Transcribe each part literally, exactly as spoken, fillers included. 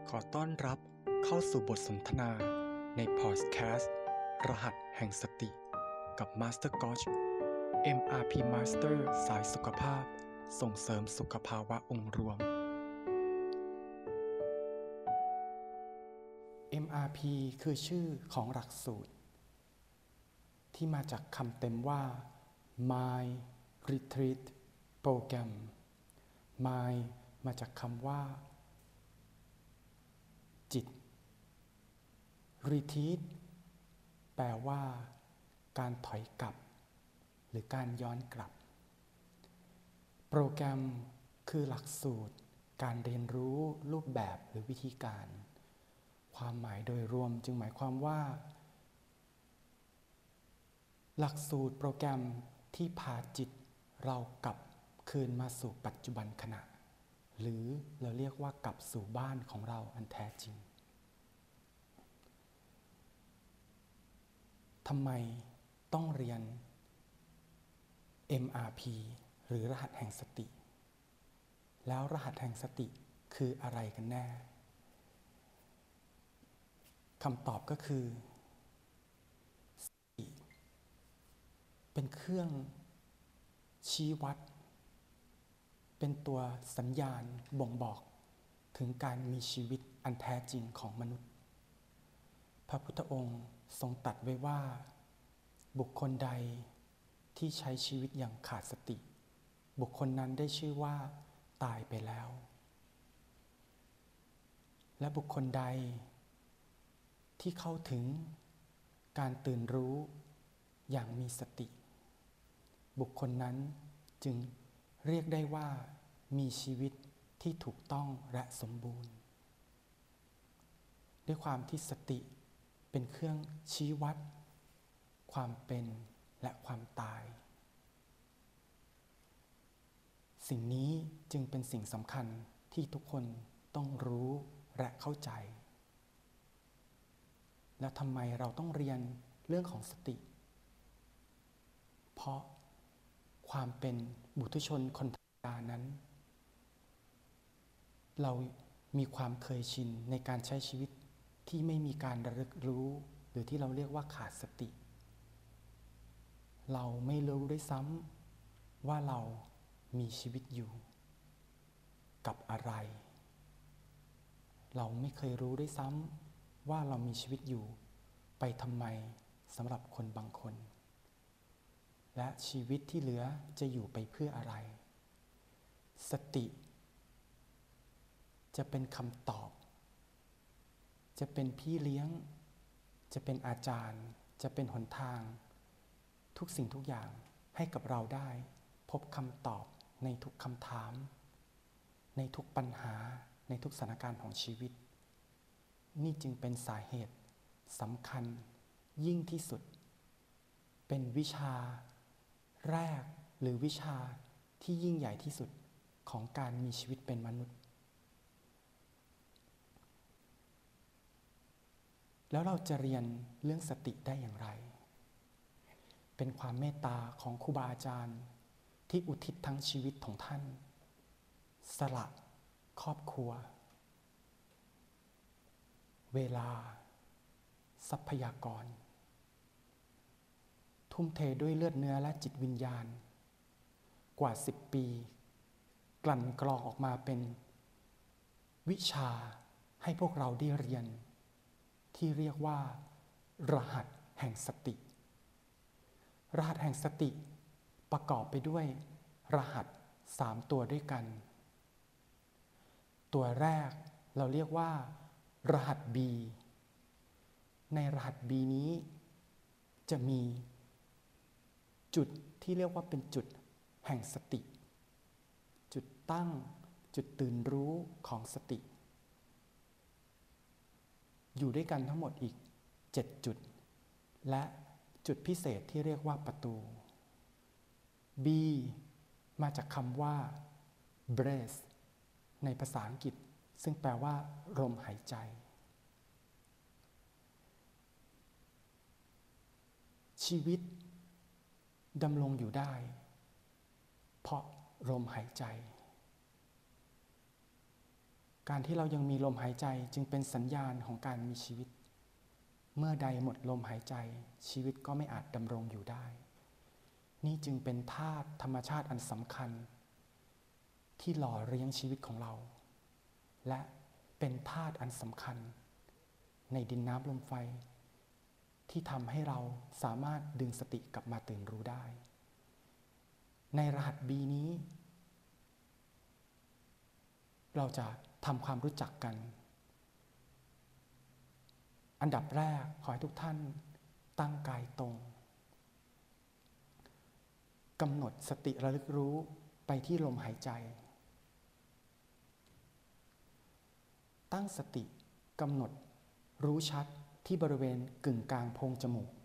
ขอต้อนรับเข้าสู่บทสนทนาในพอดแคสต์รหัสแห่งสติกับมาสเตอร์ก๊อช เอ็ม อาร์ พี Master สายสุขภาพส่งเสริมสุขภาวะองค์รวม เอ็ม อาร์ พี คือชื่อของหลักสูตรที่มาจากคำเต็มว่า Mind Retreat Program Mind มาจากคำว่าจิต Retreat แปลว่าการถอยกลับหรือการย้อนกลับโปรแกรมคือหลักสูตรการเรียนรู้รูปแบบหรือวิธีการความหมายโดยรวมจึงหมายความว่าหลักสูตรโปรแกรมที่พาจิตเรากลับคืนมาสู่ปัจจุบันขณะหรือเราเรียกว่ากลับสู่บ้านของเราอันแท้จริงทำไมต้องเรียน เอ็ม อาร์ พี หรือรหัสแห่งสติแล้วรหัสแห่งสติคืออะไรกันแน่คำตอบก็คือสติเป็นเครื่องชี้วัดเป็นตัวสัญญาณบ่งบอกถึงการมีชีวิตอันแท้จริงของมนุษย์พระพุทธองค์ทรงตรัสไว้ว่าบุคคลใดที่ใช้ชีวิตอย่างขาดสติบุคคลนั้นได้ชื่อว่าตายไปแล้วและบุคคลใดที่เข้าถึงการตื่นรู้อย่างมีสติบุคคลนั้นจึงเรียกได้ว่ามีชีวิตที่ถูกต้องและสมบูรณ์ด้วยความที่สติเป็นเครื่องชี้วัดความเป็นและความตายสิ่งนี้จึงเป็นสิ่งสำคัญที่ทุกคนต้องรู้และเข้าใจและทำไมเราต้องเรียนเรื่องของสติเพราะความเป็นบุถุชนคนธรรมดานั้นเรามีความเคยชินในการใช้ชีวิตที่ไม่มีการระลึกรู้หรือที่เราเรียกว่าขาดสติเราไม่รู้ด้วยซ้ำว่าเรามีชีวิตอยู่กับอะไรเราไม่เคยรู้ด้วยซ้ำว่าเรามีชีวิตอยู่ไปทำไมสำหรับคนบางคนและชีวิตที่เหลือจะอยู่ไปเพื่ออะไรสติจะเป็นคำตอบจะเป็นพี่เลี้ยงจะเป็นอาจารย์จะเป็นหนทางทุกสิ่งทุกอย่างให้กับเราได้พบคำตอบในทุกคำถามในทุกปัญหาในทุกสถานการณ์ของชีวิตนี่จึงเป็นสาเหตุสำคัญยิ่งที่สุดเป็นวิชาแรกหรือวิชาที่ยิ่งใหญ่ที่สุดของการมีชีวิตเป็นมนุษย์แล้วเราจะเรียนเรื่องสติได้อย่างไรเป็นความเมตตาของครูบาอาจารย์ที่อุทิศทั้งชีวิตของท่านสละครอบครัวเวลาทรัพยากรทุ่มเทด้วยเลือดเนื้อและจิตวิญญาณกว่าสิบปีกลั่นกรองออกมาเป็นวิชาให้พวกเราได้เรียนที่เรียกว่ารหัสแห่งสติรหัสแห่งสติประกอบไปด้วยรหัสสามตัวด้วยกันตัวแรกเราเรียกว่ารหัส B ในรหัส B นี้จะมีจุดที่เรียกว่าเป็นจุดแห่งสติจุดตั้งจุดตื่นรู้ของสติอยู่ด้วยกันทั้งหมดอีกเจ็ดจุดและจุดพิเศษที่เรียกว่าประตู B มาจากคำว่า breath ในภาษาอังกฤษซึ่งแปลว่าลมหายใจชีวิตดำรงอยู่ได้เพราะลมหายใจการที่เรายังมีลมหายใจจึงเป็นสัญญาณของการมีชีวิตเมื่อใดหมดลมหายใจชีวิตก็ไม่อาจดำรงอยู่ได้นี่จึงเป็นธาตุธรรมชาติอันสำคัญที่หล่อเลี้ยงชีวิตของเราและเป็นธาตุอันสำคัญในดินน้ำลมไฟที่ทำให้เราสามารถดึงสติกลับมาตื่นรู้ได้ในรหัส B นี้เราจะทำความรู้จักกันอันดับแรกขอให้ทุกท่านตั้งกายตรงกำหนดสติระลึกรู้ไปที่ลมหายใจตั้งสติกำหนดรู้ชัดที่บริเวณกึ่งกลางโพรงจมูก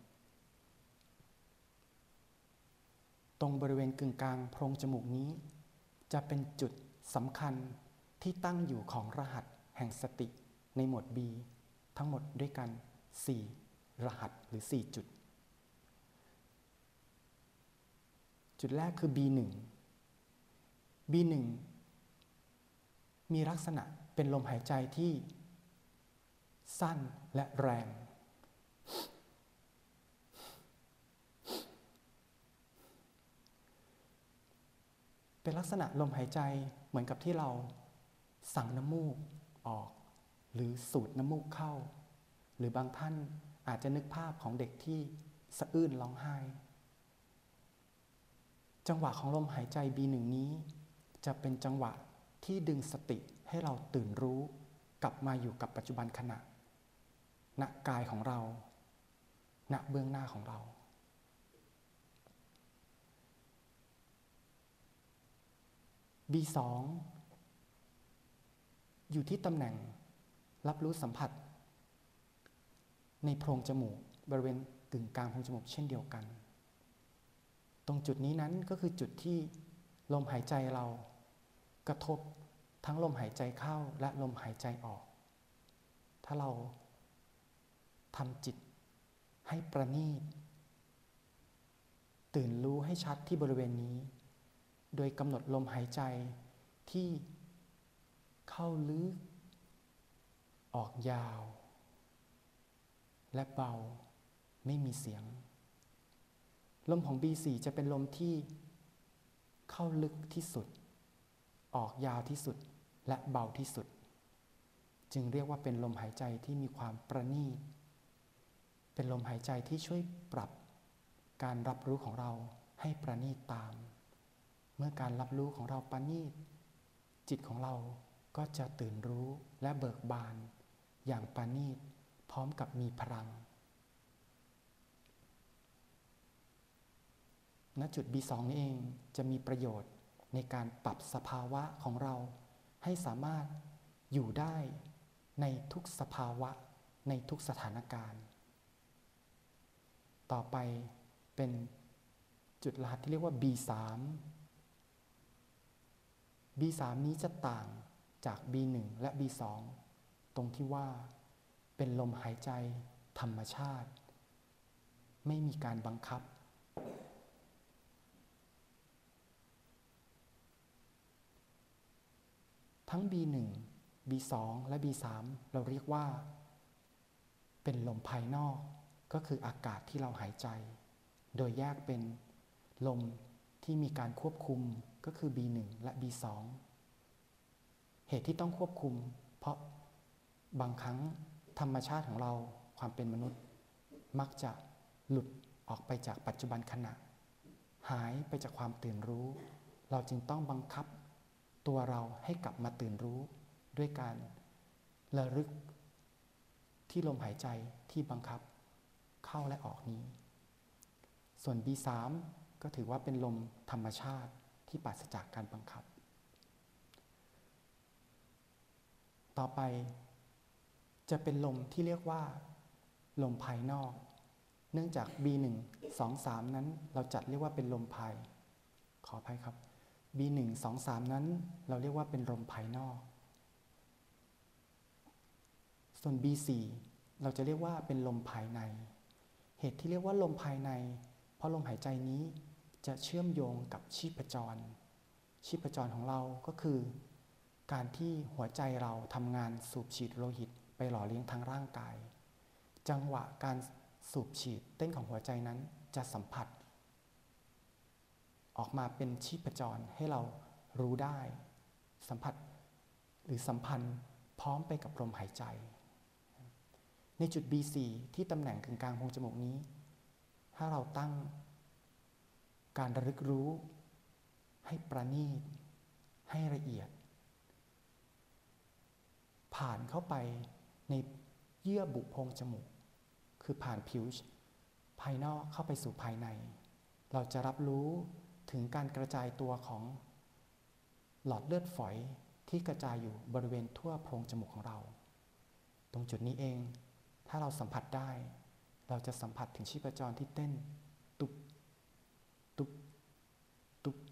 ตรงบริเวณกึ่งกลางโพรงจมูกนี้จะเป็นจุดสำคัญที่ตั้งอยู่ของรหัสแห่งสติในหมวด B ทั้งหมดด้วยกันสี่รหัสหรือสี่จุดจุดแรกคือ บี หนึ่ง บี หนึ่ง มีลักษณะเป็นลมหายใจที่สั้นและแรงเป็นลักษณะลมหายใจเหมือนกับที่เราสั่งน้ำมูกออกหรือสูดน้ำมูกเข้าหรือบางท่านอาจจะนึกภาพของเด็กที่สะอื้นร้องไห้จังหวะของลมหายใจ บี หนึ่ง นี้จะเป็นจังหวะที่ดึงสติให้เราตื่นรู้กลับมาอยู่กับปัจจุบันขณะณกายของเราณเบื้องหน้าของเรา บี สอง อยู่ที่ตำแหน่งรับรู้สัมผัสในโพรงจมูกบริเวณกึ่งกลางโพรงจมูกเช่นเดียวกันตรงจุดนี้นั้นก็คือจุดที่ลมหายใจเรากระทบทั้งลมหายใจเข้าและลมหายใจออกถ้าเราทำจิตให้ประณีตตื่นรู้ให้ชัดที่บริเวณนี้โดยกำหนดลมหายใจที่เข้าลึกออกยาวและเบาไม่มีเสียงลมของ บี สี่ จะเป็นลมที่เข้าลึกที่สุดออกยาวที่สุดและเบาที่สุดจึงเรียกว่าเป็นลมหายใจที่มีความประณีตเป็นลมหายใจที่ช่วยปรับการรับรู้ของเราให้ประณีตตามเมื่อการรับรู้ของเราประณีตจิตของเราก็จะตื่นรู้และเบิกบานอย่างประณีตพร้อมกับมีพลังณจุด บี สอง นี้เองจะมีประโยชน์ในการปรับสภาวะของเราให้สามารถอยู่ได้ในทุกสภาวะในทุกสถานการณ์ต่อไปเป็นจุดรหัสที่เรียกว่า บี สาม บี สาม นี้จะต่างจาก บี หนึ่ง และ บี สอง ตรงที่ว่าเป็นลมหายใจธรรมชาติไม่มีการบังคับทั้ง บี หนึ่ง บี สอง และ บี สาม เราเรียกว่าเป็นลมภายนอกก็คืออากาศที่เราหายใจโดยแยกเป็นลมที่มีการควบคุมก็คือ บี หนึ่ง และ บี สอง เหตุที่ต้องควบคุมเพราะบางครั้งธรรมชาติของเราความเป็นมนุษย์มักจะหลุดออกไปจากปัจจุบันขณะหายไปจากความตื่นรู้เราจึงต้องบังคับตัวเราให้กลับมาตื่นรู้ด้วยการระลึกที่ลมหายใจที่บังคับเข้าและออกนี้ส่วน บี สาม ก็ถือว่าเป็นลมธรรมชาติที่ปราศจากการบังคับต่อไปจะเป็นลมที่เรียกว่าลมภายนอกเนื่องจาก บี หนึ่ง สอง สาม นั้นเราจัดเรียกว่าเป็นลมภายขออภัยครับ บี หนึ่ง สอง สาม นั้นเราเรียกว่าเป็นลมภายนอกส่วน บี สี่ เราจะเรียกว่าเป็นลมภายในเหตุที่เรียกว่าลมภายในเพราะลมหายใจนี้จะเชื่อมโยงกับชีพจรชีพจรของเราก็คือการที่หัวใจเราทำงานสูบฉีดโลหิตไปหล่อเลี้ยงทั้งร่างกายจังหวะการสูบฉีดเต้นของหัวใจนั้นจะสัมผัสออกมาเป็นชีพจรให้เรารู้ได้สัมผัสหรือสัมพันธ์พร้อมไปกับลมหายใจในจุด บี โฟร์ ที่ตำแหน่งกึ่งกลางโพรงจมูกนี้ถ้าเราตั้งการระลึกรู้ให้ประณีตให้ละเอียดผ่านเข้าไปในเยื่อบุโพรงจมูกคือผ่านผิวภายนอกเข้าไปสู่ภายในเราจะรับรู้ถึงการกระจายตัวของหลอดเลือดฝอยที่กระจายอยู่บริเวณทั่วโพรงจมูกของเราตรงจุดนี้เองถ้าเราสัมผัสได้เราจะสัมผัสถึงชีพจรที่เต้นตุบตุบตุบ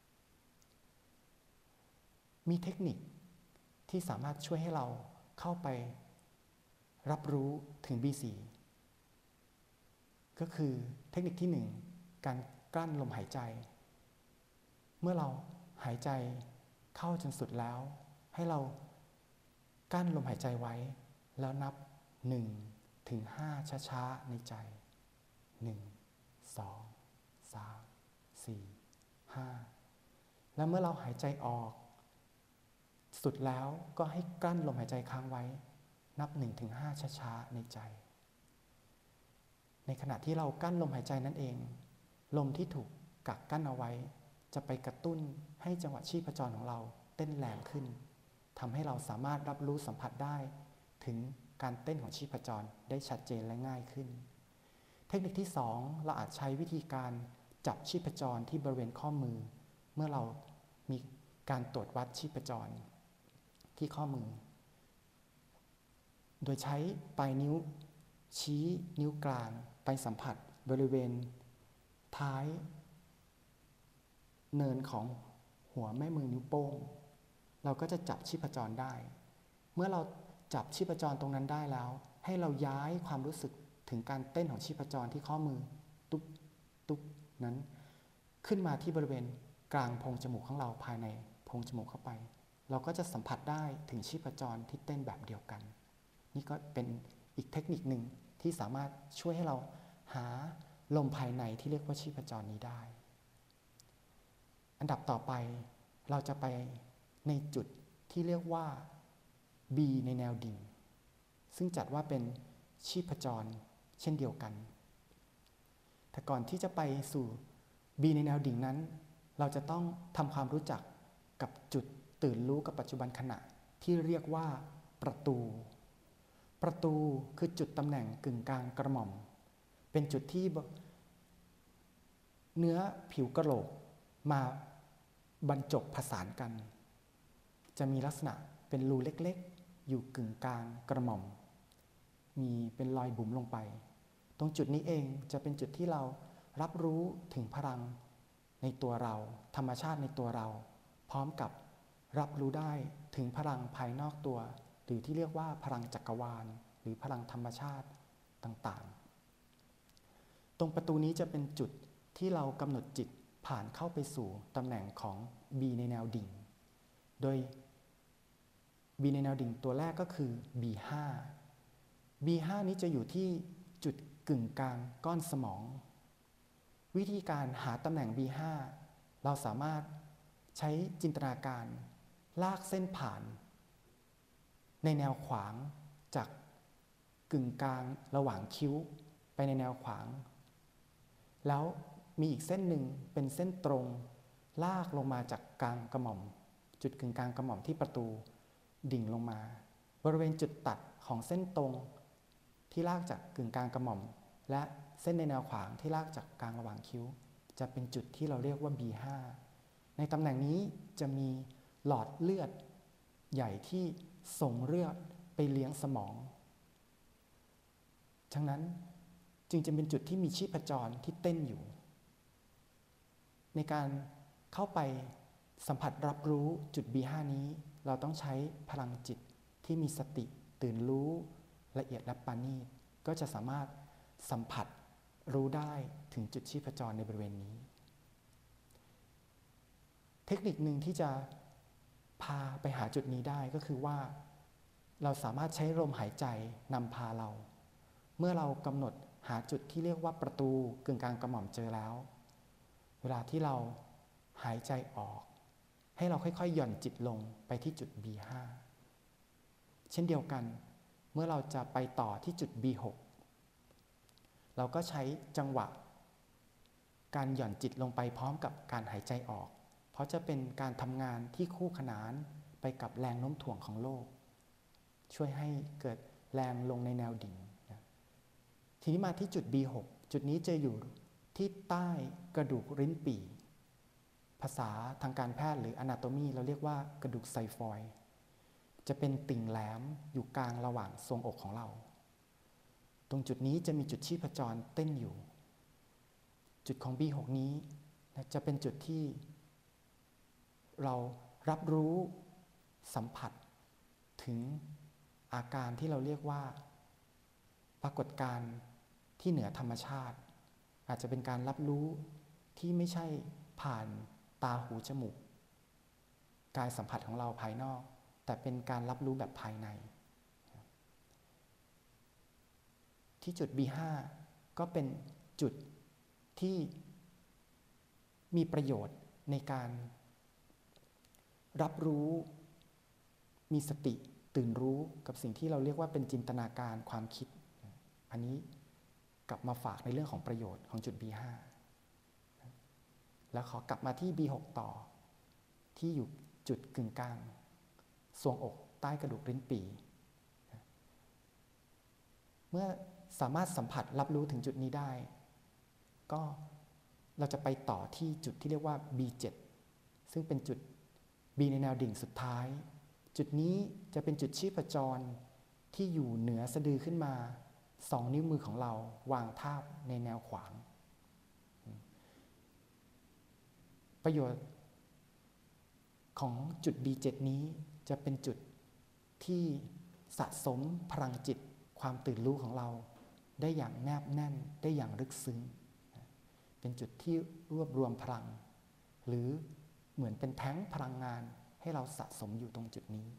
มีเทคนิคที่สามารถช่วยให้เราเข้าไปรับรู้ถึง บี โฟร์ ก็คือเทคนิคที่หนึ่งการกลั้นลมหายใจเมื่อเราหายใจเข้าจนสุดแล้วให้เรากั้นลมหายใจไว้แล้วนับหนึ่งถึงห้าช้าๆในใจหนึ่ง สอง สาม สี่ ห้าแล้วเมื่อเราหายใจออกสุดแล้วก็ให้กลั้นลมหายใจค้างไว้นับ หนึ่งถึงห้า ช้าๆในใจในขณะที่เรากั้นลมหายใจนั่นเองลมที่ถูกกักกั้นเอาไว้จะไปกระตุ้นให้จังหวะชีพจรของเราเต้นแรงขึ้นทำให้เราสามารถรับรู้สัมผัสได้ถึงการเต้นของชีพจรได้ชัดเจนและง่ายขึ้นเทคนิคที่สองเราอาจใช้วิธีการจับชีพจรที่บริเวณข้อมือเมื่อเรามีการตรวจวัดชีพจรที่ข้อมือโดยใช้ปลายนิ้วชี้นิ้วกลางไปสัมผัสบริเวณท้ายเนินของหัวแม่มือนิ้วโป้งเราก็จะจับชีพจรได้เมื่อเราจับชีพจรตรงนั้นได้แล้วให้เราย้ายความรู้สึกถึงการเต้นของชีพจรที่ข้อมือตุ๊บตุ๊บนั้นขึ้นมาที่บริเวณกลางโพรงจมูกของเราภายในโพรงจมูกเข้าไปเราก็จะสัมผัสได้ถึงชีพจรที่เต้นแบบเดียวกันนี่ก็เป็นอีกเทคนิคหนึ่งที่สามารถช่วยให้เราหาลมภายในที่เรียกว่าชีพจรนี้ได้อันดับต่อไปเราจะไปในจุดที่เรียกว่า B ในแนวดิ่งซึ่งจัดว่าเป็นชีพจรเช่นเดียวกันแต่ก่อนที่จะไปสู่ B ในแนวดิ่งนั้นเราจะต้องทำความรู้จักกับจุดตื่นรู้กับปัจจุบันขณะที่เรียกว่าประตูประตูคือจุดตำแหน่งกึ่งกลางกระหม่อมเป็นจุดที่เนื้อผิวกะโหลกมาบรรจบผสานกันจะมีลักษณะเป็นรูเล็กๆอยู่กึ่งกลางกระหม่อมมีเป็นรอยบุ๋มลงไปตรงจุดนี้เองจะเป็นจุดที่เรารับรู้ถึงพลังในตัวเราธรรมชาติในตัวเราพร้อมกับรับรู้ได้ถึงพลังภายนอกตัวหรือที่เรียกว่าพลังจักรวาลหรือพลังธรรมชาติต่างๆตรงประตูนี้จะเป็นจุดที่เรากำหนดจิตผ่านเข้าไปสู่ตำแหน่งของ B ในแนวดิ่งโดย B ในแนวดิ่งตัวแรกก็คือ บี ห้า บี ห้า นี้จะอยู่ที่จุดกึ่งกลางก้อนสมองวิธีการหาตำแหน่ง บี ห้า เราสามารถใช้จินตนาการลากเส้นผ่านในแนวขวางจากกึ่งกลางระหว่างคิ้วไปในแนวขวางแล้วมีอีกเส้นหนึ่งเป็นเส้นตรงลากลงมาจากกลางกระหม่อมจุดกึ่งกลางกระหม่อมที่ประตูดิ่งลงมาบริเวณจุดตัดของเส้นตรงที่ลากจากกึ่งกลางกระหม่อมและเส้นในแนวขวางที่ลากจากกลางระหว่างคิ้วจะเป็นจุดที่เราเรียกว่า บี ห้า ในตำแหน่งนี้จะมีหลอดเลือดใหญ่ที่ส่งเลือดไปเลี้ยงสมองฉะนั้นจึงจะเป็นจุดที่มีชีพจรที่เต้นอยู่ในการเข้าไปสัมผัสรับรู้จุด บี ห้า นี้เราต้องใช้พลังจิตที่มีสติตื่นรู้ละเอียดและปราณีตก็จะสามารถสัมผัสรู้ได้ถึงจุดชีพจรในบริเวณนี้เทคนิคหนึ่งที่จะพาไปหาจุดนี้ได้ก็คือว่าเราสามารถใช้ลมหายใจนำพาเราเมื่อเรากำหนดหาจุดที่เรียกว่าประตูกึ่งกลางกระหม่อมเจอแล้วเวลาที่เราหายใจออกให้เราค่อยๆหย่อนจิตลงไปที่จุด บี ห้า เช่นเดียวกันเมื่อเราจะไปต่อที่จุด บี หก เราก็ใช้จังหวะการหย่อนจิตลงไปพร้อมกับการหายใจออกเพราะจะเป็นการทำงานที่คู่ขนานไปกับแรงโน้มถ่วงของโลกช่วยให้เกิดแรงลงในแนวดิ่งนะทีนี้มาที่จุด บี หก จุดนี้จะอยู่ที่ใต้กระดูกลิ้นปี่ภาษาทางการแพทย์หรือ Anatomy เราเรียกว่ากระดูกไซฟอยด์จะเป็นติ่งแหลมอยู่กลางระหว่างทรวงอกของเราตรงจุดนี้จะมีจุดชีพจรเต้นอยู่จุดของ บี หก นี้จะเป็นจุดที่เรารับรู้สัมผัสถึงอาการที่เราเรียกว่าปรากฏการณ์ที่เหนือธรรมชาติอาจจะเป็นการรับรู้ที่ไม่ใช่ผ่านตาหูจมูกกายสัมผัสของเราภายนอกแต่เป็นการรับรู้แบบภายในที่จุด บี ห้า ก็เป็นจุดที่มีประโยชน์ในการรับรู้มีสติตื่นรู้กับสิ่งที่เราเรียกว่าเป็นจินตนาการความคิดอันนี้กลับมาฝากในเรื่องของประโยชน์ของจุด บี ห้า แล้วขอกลับมาที่ บี หก ต่อที่อยู่จุดกึ่งกลางทรวงอกใต้กระดูกลิ้นปี่เมื่อสามารถสัมผัสรับรู้ถึงจุดนี้ได้ก็เราจะไปต่อที่จุดที่เรียกว่า บี เจ็ด ซึ่งเป็นจุด B ในแนวดิ่งสุดท้ายจุดนี้จะเป็นจุดชีพจรที่อยู่เหนือสะดือขึ้นมาสองนิ้วมือของเราวางทาบในแนวขวางประโยชน์ของจุด บี เจ็ด นี้จะเป็นจุดที่สะสมพลังจิตความตื่นรู้ของเราได้อย่างแนบแน่นได้อย่างลึกซึ้งเป็นจุดที่รวบรวมพลังหรือเหมือนเป็นแท้งพลังงานให้เราสะสมอยู่ตรงจุดนี้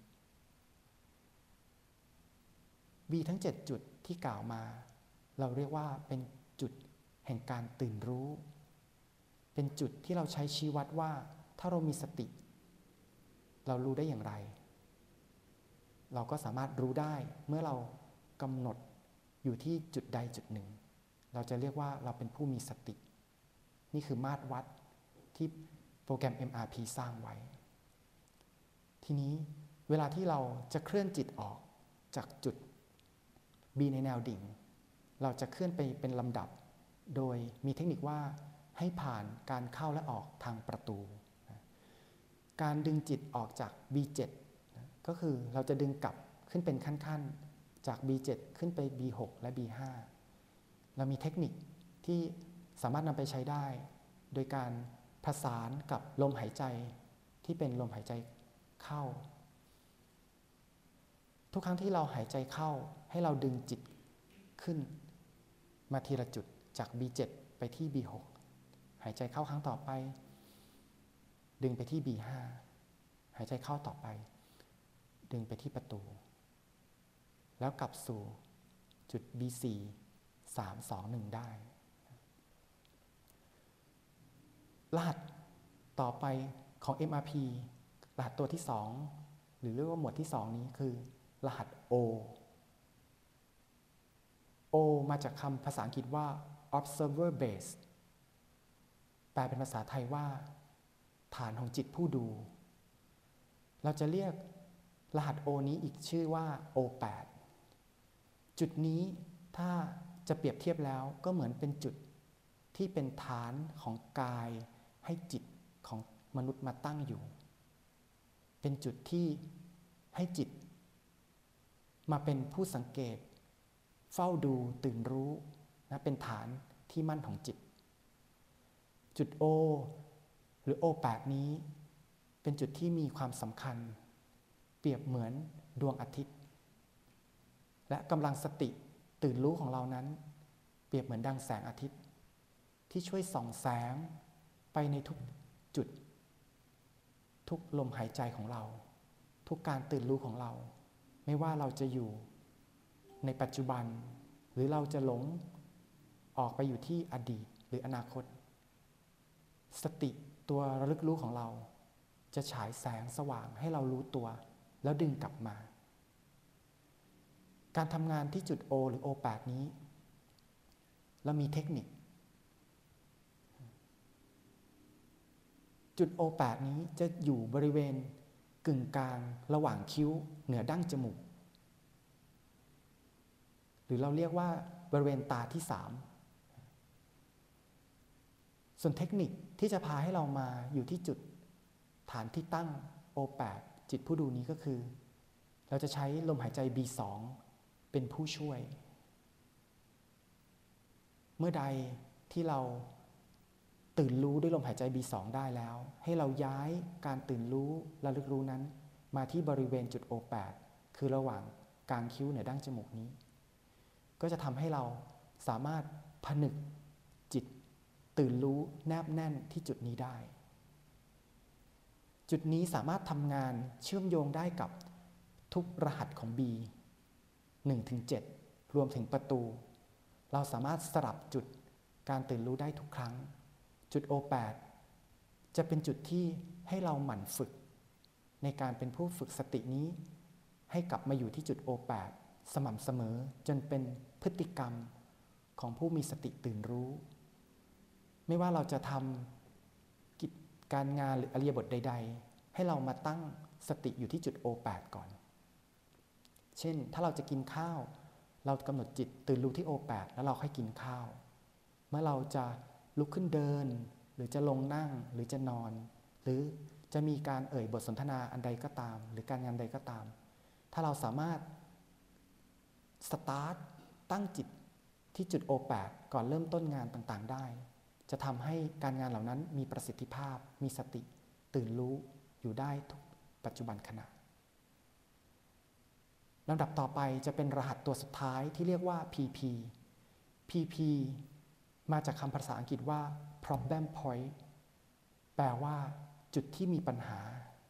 B ทั้งเจ็ดจุดที่กล่าวมาเราเรียกว่าเป็นจุดแห่งการตื่นรู้เป็นจุดที่เราใช้ชี้วัดว่าถ้าเรามีสติเรารู้ได้อย่างไรเราก็สามารถรู้ได้เมื่อเรากำหนดอยู่ที่จุดใดจุดหนึ่งเราจะเรียกว่าเราเป็นผู้มีสตินี่คือมาตรวัดที่โปรแกรม เอ็ม อาร์ พี สร้างไว้ทีนี้เวลาที่เราจะเคลื่อนจิตออกจากจุด B ในแนวดิ่งเราจะเคลื่อนไปเป็นลำดับโดยมีเทคนิคว่าให้ผ่านการเข้าและออกทางประตูการดึงจิตออกจาก บี เจ็ด ก็คือเราจะดึงกลับขึ้นเป็นขั้นๆจาก บี เจ็ด ขึ้นไป บี หก และ บี ห้า เรามีเทคนิคที่สามารถนำไปใช้ได้โดยการผสานกับลมหายใจที่เป็นลมหายใจเข้าทุกครั้งที่เราหายใจเข้าให้เราดึงจิตขึ้นมาทีละจุดจาก บี เจ็ด ไปที่ บี หก หายใจเข้าครั้งต่อไปดึงไปที่ บี ห้า หายใจเข้าต่อไปดึงไปที่ประตูแล้วกลับสู่จุด บี สี่ สาม สอง หนึ่ง ได้รหัสต่อไปของ เอ็ม อาร์ พี รหัสตัวที่สองหรือเรียกว่าหมวดที่สองนี้คือรหัส O O มาจากคำภาษาอังกฤษว่า observer base แปลเป็นภาษาไทยว่าฐานของจิตผู้ดูเราจะเรียกรหัส O นี้อีกชื่อว่า โอ แปด จุดนี้ถ้าจะเปรียบเทียบแล้วก็เหมือนเป็นจุดที่เป็นฐานของกายให้จิตของมนุษย์มาตั้งอยู่เป็นจุดที่ให้จิตมาเป็นผู้สังเกตเฝ้าดูตื่นรู้นะเป็นฐานที่มั่นของจิตจุด O หรือ โอ แปด นี้เป็นจุดที่มีความสำคัญเปรียบเหมือนดวงอาทิตย์และกำลังสติตื่นรู้ของเรานั้นเปรียบเหมือนดังแสงอาทิตย์ที่ช่วยส่องแสงไปในทุกจุดทุกลมหายใจของเราทุกการตื่นรู้ของเราไม่ว่าเราจะอยู่ในปัจจุบันหรือเราจะหลงออกไปอยู่ที่อดีตหรืออนาคตสติตัวระลึกรู้ของเราจะฉายแสงสว่างให้เรารู้ตัวแล้วดึงกลับมาการทำงานที่จุด O หรือ โอ แปด นี้เรามีเทคนิคจุด โอ แปด นี้จะอยู่บริเวณกึ่งกลางระหว่างคิ้วเหนือดั้งจมูกหรือเราเรียกว่าบริเวณตาที่สามส่วนเทคนิคที่จะพาให้เรามาอยู่ที่จุดฐานที่ตั้ง โอ แปด จิตผู้ดูนี้ก็คือเราจะใช้ลมหายใจ บี สอง เป็นผู้ช่วยเมื่อใดที่เราตื่นรู้ด้วยลมหายใจ บี สอง ได้แล้วให้เราย้ายการตื่นรู้ระลึกรู้นั้นมาที่บริเวณจุด โอ แปด คือระหว่างกลางคิ้วเหนือดั้งจมูกนี้ก็จะทำให้เราสามารถผนึกจิตตื่นรู้แนบแน่นที่จุดนี้ได้จุดนี้สามารถทำงานเชื่อมโยงได้กับทุกรหัสของ B หนึ่งถึงเจ็ด รวมถึงประตูเราสามารถสลับจุดการตื่นรู้ได้ทุกครั้งจุด โอ แปด จะเป็นจุดที่ให้เราหมั่นฝึกในการเป็นผู้ฝึกสตินี้ให้กลับมาอยู่ที่จุด โอ แปด สม่ำเสมอจนเป็นพฤติกรรมของผู้มีสติตื่นรู้ไม่ว่าเราจะทำกิจการงานหรืออริยบทใดๆให้เรามาตั้งสติอยู่ที่จุด โอ แปด ก่อนเช่นถ้าเราจะกินข้าวเรากำหนดจิตตื่นรู้ที่ โอ แปด แล้วเราค่อยกินข้าวเมื่อเราจะลุกขึ้นเดินหรือจะลงนั่งหรือจะนอนหรือจะมีการเอ่ยบทสนทนาอันใดก็ตามหรือการงานใดก็ตามถ้าเราสามารถสตาร์ทตั้งจิตที่จุด โอ แปด ก่อนเริ่มต้นงานต่างๆได้จะทำให้การงานเหล่านั้นมีประสิทธิภาพมีสติตื่นรู้อยู่ได้ทุกปัจจุบันขณะลำดับต่อไปจะเป็นรหัสตัวสุดท้ายที่เรียกว่า พี พี พี พี มาจากคำภาษาอังกฤษว่า problem point แปลว่าจุดที่มีปัญหา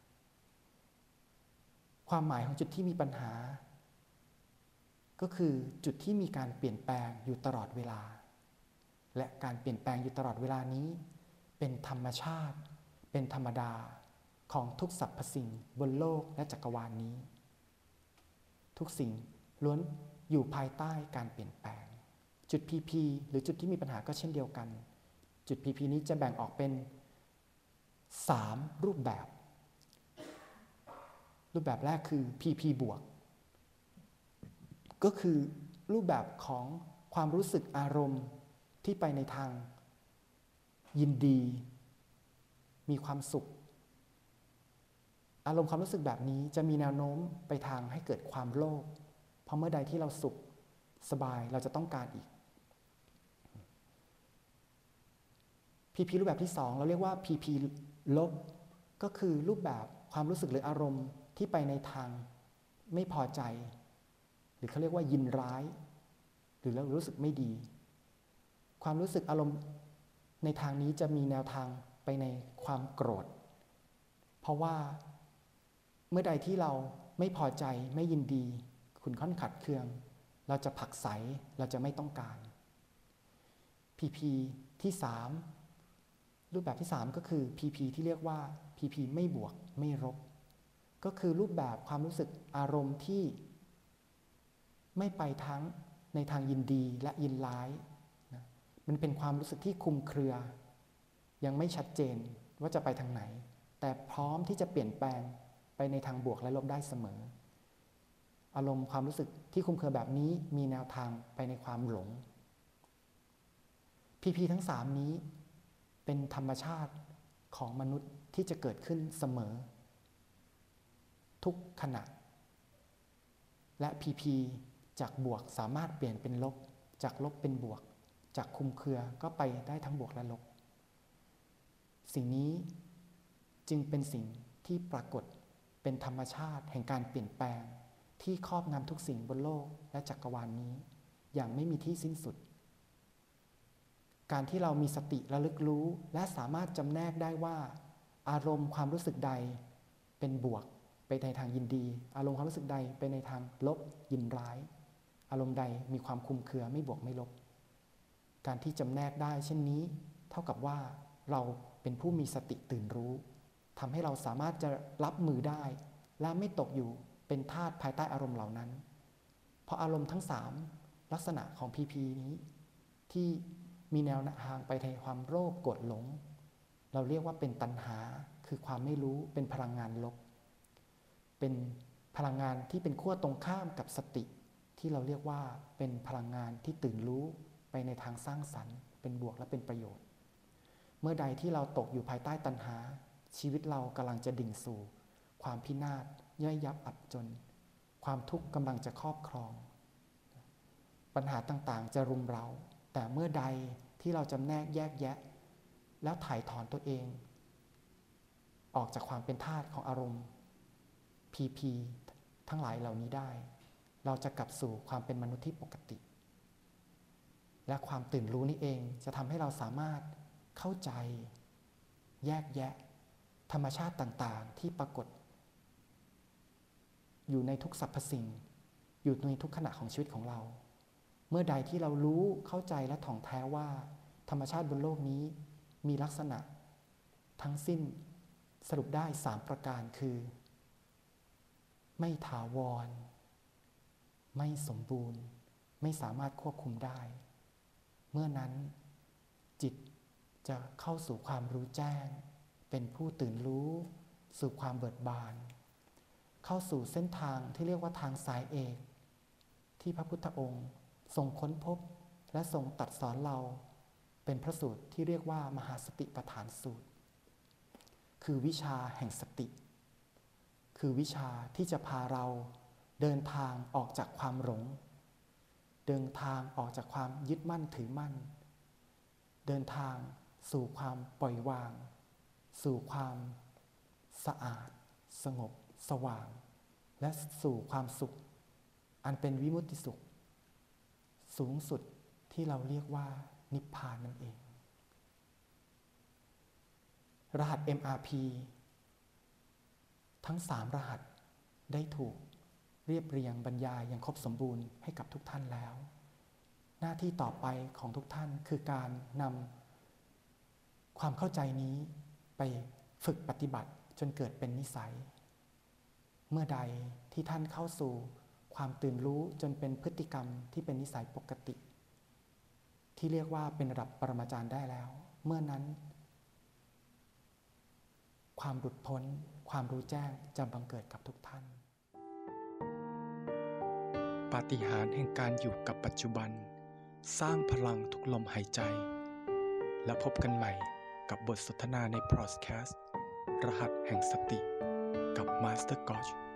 ความหมายของจุดที่มีปัญหาก็คือจุดที่มีการเปลี่ยนแปลงอยู่ตลอดเวลาและการเปลี่ยนแปลงอยู่ตลอดเวลานี้เป็นธรรมชาติเป็นธรรมดาของทุกสรรพสิ่งบนโลกและจักรวาล นี้ทุกสิ่งล้วนอยู่ภายใต้การเปลี่ยนแปลงจุด พี พี หรือจุดที่มีปัญหาก็เช่นเดียวกันจุด พี พี นี้จะแบ่งออกเป็นสามรูปแบบรูปแบบแรกคือ พี พี บวกก็คือรูปแบบของความรู้สึกอารมณ์ที่ไปในทางยินดีมีความสุขอารมณ์ความรู้สึกแบบนี้จะมีแนวโน้มไปทางให้เกิดความโลภเพราะเมื่อใดที่เราสุขสบายเราจะต้องการอีก พี พี รูปแบบที่สองเราเรียกว่า พี พี ลบก็คือรูปแบบความรู้สึกหรืออารมณ์ที่ไปในทางไม่พอใจหรือเขาเรียกว่ายินร้ายหรือเรารู้สึกไม่ดีความรู้สึกอารมณ์ในทางนี้จะมีแนวทางไปในความโกรธเพราะว่าเมื่อใดที่เราไม่พอใจไม่ยินดีขุ่นข้องขัดเคืองเราจะผลักไสเราจะไม่ต้องการ พี พี ที่สามรูปแบบที่สามก็คือ พี พี ที่เรียกว่า พี พี ไม่บวกไม่ลบก็คือรูปแบบความรู้สึกอารมณ์ที่ไม่ไปทั้งในทางยินดีและยินร้ายนะมันเป็นความรู้สึกที่คลุมเครือยังไม่ชัดเจนว่าจะไปทางไหนแต่พร้อมที่จะเปลี่ยนแปลงไปในทางบวกและลบได้เสมออารมณ์ความรู้สึกที่คลุมเครือแบบนี้มีแนวทางไปในความหลง พี พี ทั้งสามนี้เป็นธรรมชาติของมนุษย์ที่จะเกิดขึ้นเสมอทุกขณะและ พี พี จากบวกสามารถเปลี่ยนเป็นลบจากลบเป็นบวกจากคลุมเครือก็ไปได้ทั้งบวกและลบสิ่งนี้จึงเป็นสิ่งที่ปรากฏเป็นธรรมชาติแห่งการเปลี่ยนแปลงที่ครอบงำทุกสิ่งบนโลกและจักรวาล นี้อย่างไม่มีที่สิ้นสุดการที่เรามีสติระลึกรู้และสามารถจำแนกได้ว่าอารมณ์ความรู้สึกใดเป็นบวกไปในทางยินดีอารมณ์ความรู้สึกใดไปในทางลบยินร้ายอารมณ์ใดมีความคลุมเครือไม่บวกไม่ลบการที่จำแนกได้เช่นนี้เท่ากับว่าเราเป็นผู้มีสติตื่นรู้ทำให้เราสามารถจะรับมือได้และไม่ตกอยู่เป็นทาสภายใต้อารมณ์เหล่านั้นเพราะอารมณ์ทั้งสามลักษณะของ พี พี นี้ที่มีแนวทางไปในความโลภโกรธหลงเราเรียกว่าเป็นตัณหาคือความไม่รู้เป็นพลังงานลบเป็นพลังงานที่เป็นขั้วตรงข้ามกับสติที่เราเรียกว่าเป็นพลังงานที่ตื่นรู้ไปในทางสร้างสรรค์เป็นบวกและเป็นประโยชน์เมื่อใดที่เราตกอยู่ภายใต้ตัณหาชีวิตเรากำลังจะดิ่งสู่ความพินาศย่อยยับอับจนความทุกข์กำลังจะครอบครองปัญหาต่างๆจะรุมเราแต่เมื่อใดที่เราจำแนกแยกแยะแล้วถ่ายถอนตัวเองออกจากความเป็นทาสของอารมณ์ พี พี ทั้งหลายเหล่านี้ได้เราจะกลับสู่ความเป็นมนุษย์ที่ปกติและความตื่นรู้นี้เองจะทำให้เราสามารถเข้าใจแยกแยะธรรมชาติต่างๆที่ปรากฏอยู่ในทุกสรรพสิ่งอยู่ในทุกขณะของชีวิตของเราเมื่อใดที่เรารู้เข้าใจและถ่องแท้ว่าธรรมชาติบนโลกนี้มีลักษณะทั้งสิ้นสรุปได้สามประการคือไม่ถาวรไม่สมบูรณ์ไม่สามารถควบคุมได้เมื่อนั้นจิตจะเข้าสู่ความรู้แจ้งเป็นผู้ตื่นรู้สู่ความเบิกบานเข้าสู่เส้นทางที่เรียกว่าทางสายเอกที่พระพุทธองค์ทรงค้นพบและทรงตรัสสอนเราเป็นพระสูตรที่เรียกว่ามหาสติปัฏฐานสูตรคือวิชาแห่งสติคือวิชาที่จะพาเราเดินทางออกจากความหลงเดินทางออกจากความยึดมั่นถือมั่นเดินทางสู่ความปล่อยวางสู่ความสะอาดสงบสว่างและสู่ความสุขอันเป็นวิมุตติสุขสูงสุดที่เราเรียกว่านิพพานนั่นเองรหัส เอ็ม อาร์ พี ทั้งสามรหัสได้ถูกเรียบเรียงบรรยายอย่างครบสมบูรณ์ให้กับทุกท่านแล้วหน้าที่ต่อไปของทุกท่านคือการนำความเข้าใจนี้ไปฝึกปฏิบัติจนเกิดเป็นนิสัยเมื่อใดที่ท่านเข้าสู่ความตื่นรู้จนเป็นพฤติกรรมที่เป็นนิสัยปกติที่เรียกว่าเป็นระดับปรมาจารย์ได้แล้วเมื่อนั้นความหลุดพ้นความรู้แจ้งจะบังเกิดกับทุกท่านปาฏิหาริย์แห่งการอยู่กับปัจจุบันสร้างพลังทุกลมหายใจและพบกันใหม่กับบทสนทนาในพอดแคสต์รหัสแห่งสติกับมาสเตอร์กอช